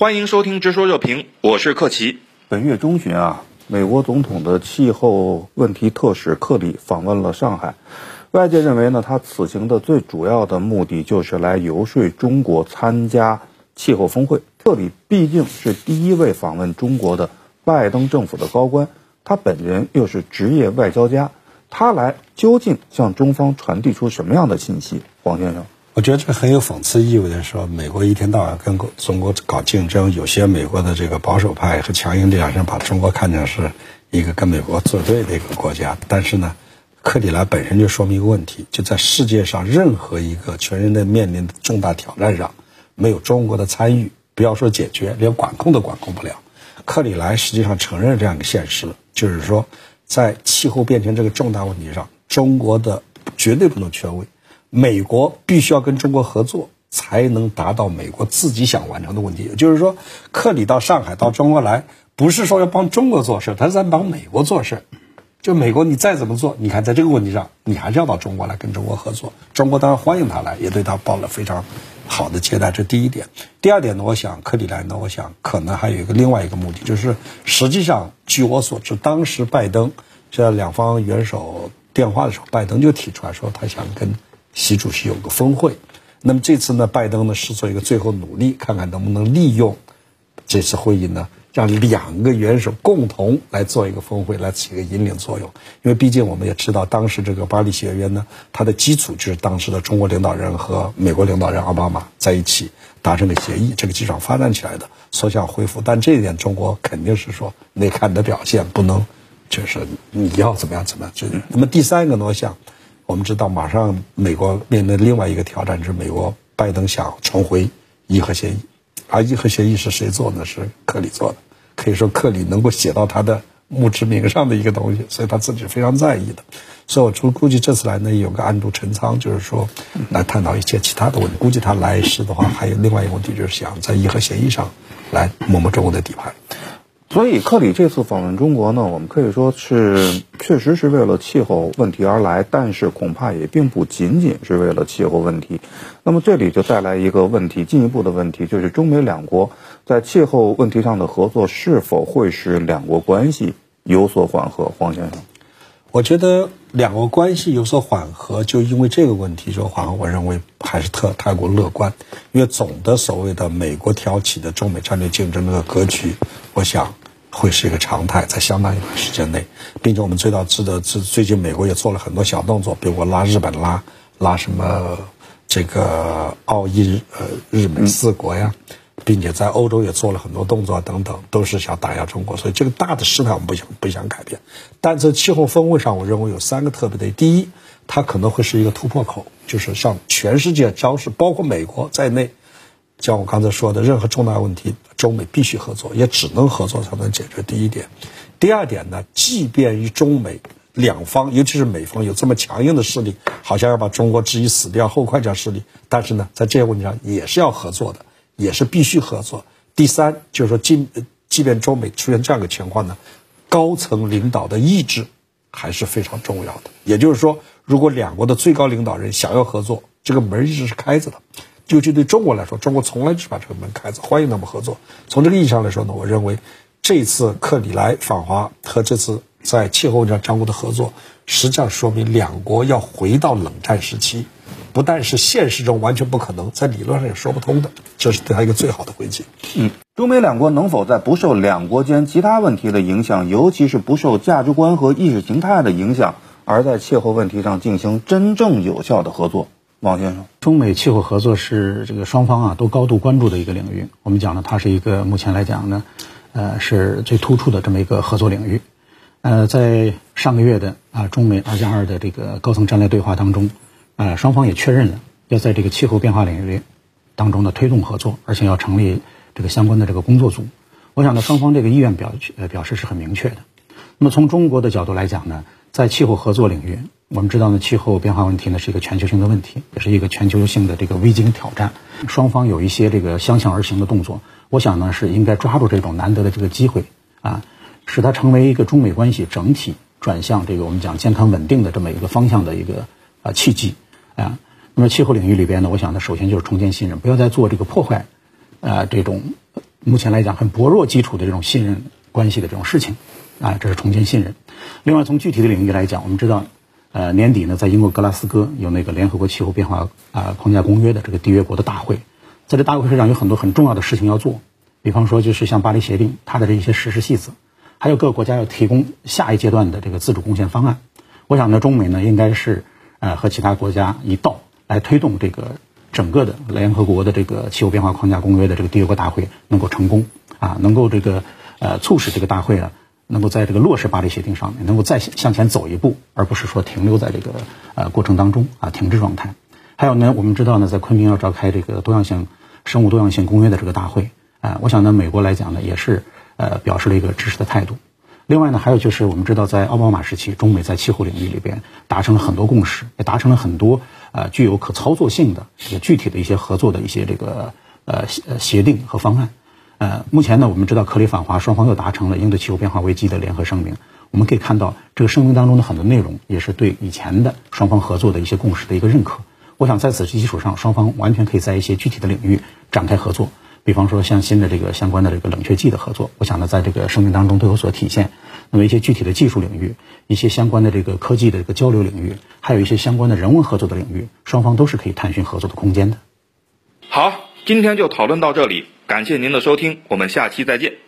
欢迎收听直说热评，我是克奇。 本月中旬美国总统的气候问题特使克里访问了上海，外界认为呢，他此行的最主要的目的就是来游说中国参加气候峰会。克里毕竟是第一位访问中国的拜登政府的高官，他本人又是职业外交家，他来究竟向中方传递出什么样的信息？黄先生， 我觉得这很有讽刺意味的说，美国一天到晚跟中国搞竞争，有些美国的这个保守派和强硬力量想把中国看成是一个跟美国作对的一个国家。但是呢，克里来本身就说明一个问题，就在世界上任何一个全人类面临的重大挑战上，没有中国的参与，不要说解决，连管控都管控不了。克里来实际上承认这样一个现实，就是说在气候变迁这个重大问题上，中国的绝对不能缺位，美国必须要跟中国合作，才能达到美国自己想完成的问题。也就是说，克里到上海到中国来，不是说要帮中国做事，他是在帮美国做事。就美国你再怎么做，你看在这个问题上，你还是要到中国来跟中国合作。中国当然欢迎他来，也对他抱了非常好的接待，这第一点。第二点呢，我想克里来呢，我想可能还有另外一个目的，就是实际上据我所知，当时拜登这两方元首电话的时候，拜登就提出来说他想跟习主席有个峰会。那么这次呢，拜登呢是做一个最后努力，看看能不能利用这次会议呢，让两个元首共同来做一个峰会，来起一个引领作用。因为毕竟我们也知道，当时这个巴黎协约呢，它的基础就是当时的中国领导人和美国领导人奥巴马在一起达成的协议，这个基础上发展起来的，所想恢复。但这一点中国肯定是说，你看你的表现不能，就是你要怎么样。那么第三个呢，我想我们知道马上美国面临另外一个挑战，就是美国拜登想重回伊核协议。而伊核协议是谁做的？是克里做的。可以说克里能够写到他的墓志铭上的一个东西，所以他自己非常在意的。所以我估计这次来呢，有个暗度陈仓，就是说来探讨一些其他的问题。估计他来时的话，还有另外一个问题，就是想在伊核协议上来摸摸中国的底牌。 所以克里这次访问中国呢，我们可以说是确实是为了气候问题而来，但是恐怕也并不仅仅是为了气候问题。那么这里就带来一个问题，进一步的问题，就是中美两国在气候问题上的合作是否会使两国关系有所缓和？黄先生， 我觉得两国关系有所缓和，就因为这个问题就缓和，我认为还是太过乐观。因为总的所谓的美国挑起的中美战略竞争这个格局，我想会是一个常态，在相当一段时间内，并且我们知道最近美国也做了很多小动作，比如我拉日本拉什么这个澳日美四国呀，并且在欧洲也做了很多动作等等，都是想打压中国。所以这个大的势态我们不想改变。但在气候峰会上，我认为有三个特别的。第一，它可能会是一个突破口，就是向全世界昭示，包括美国在内，像我刚才说的，任何重大问题中美必须合作，也只能合作才能解决。第一点。第二点呢，即便于中美两方，尤其是美方有这么强硬的势力，好像要把中国置于死地而后快这样势力，但是呢，在这些问题上也是要合作的，也是必须合作。第三，就是说即便中美出现这样的情况呢，高层领导的意志还是非常重要的。也就是说，如果两国的最高领导人想要合作，这个门一直是开着的。尤其对中国来说，中国从来只把这个门开着，欢迎他们合作。从这个意义上来说呢，我认为这次克里来访华和这次在气候上中国的合作，实际上说明两国要回到冷战时期，不但是现实中完全不可能，在理论上也说不通的，这是对他一个最好的回击。 中美两国能否在不受两国间其他问题的影响，尤其是不受价值观和意识形态的影响，而在气候问题上进行真正有效的合作？王先生， 中美气候合作是这个双方都高度关注的一个领域。我们讲呢，它是一个目前来讲呢，是最突出的这么一个合作领域。在上个月的中美2+2的这个高层战略对话当中，双方也确认了要在这个气候变化领域当中呢推动合作，而且要成立这个相关的这个工作组。我想呢，双方这个意愿表示是很明确的。那么从中国的角度来讲呢，在气候合作领域，我们知道呢，气候变化问题呢是一个全球性的问题，也是一个全球性的这个危机跟挑战。双方有一些这个相向而行的动作，我想呢是应该抓住这种难得的这个机会使它成为一个中美关系整体转向这个我们讲健康稳定的这么一个方向的一个契机那么气候领域里边呢，我想呢首先就是重建信任，不要再做这个破坏这种目前来讲很薄弱基础的这种信任关系的这种事情，这是重建信任。另外从具体的领域来讲，我们知道，年底呢在英国格拉斯哥有那个联合国气候变化框架公约的这个缔约国的大会，在这大会上有很多很重要的事情要做，比方说就是像巴黎协定它的这些实施细则，还有各个国家要提供下一阶段的这个自主贡献方案。我想呢，中美呢应该是和其他国家一道来推动这个整个的联合国的这个气候变化框架公约的这个缔约国大会能够成功能够这个促使这个大会呢能够在这个落实巴黎协定上面能够再向前走一步，而不是说停留在这个过程当中停滞状态。还有呢，我们知道呢，在昆明要召开这个生物多样性公约的这个大会我想呢，美国来讲呢也是表示了一个支持的态度。另外呢，还有就是我们知道，在奥巴马时期，中美在气候领域里边达成了很多共识，也达成了很多具有可操作性的这个具体的一些合作的一些这个协定和方案。目前呢，我们知道克里反华双方又达成了应对气候变化危机的联合声明。我们可以看到，这个声明当中的很多内容也是对以前的双方合作的一些共识的一个认可。我想在此基础上，双方完全可以在一些具体的领域展开合作。比方说像新的这个相关的这个冷却剂的合作，我想呢在这个声明当中都有所体现。那么一些具体的技术领域，一些相关的这个科技的这个交流领域，还有一些相关的人文合作的领域，双方都是可以探寻合作的空间的。 好，今天就讨论到这里，感谢您的收听，我们下期再见。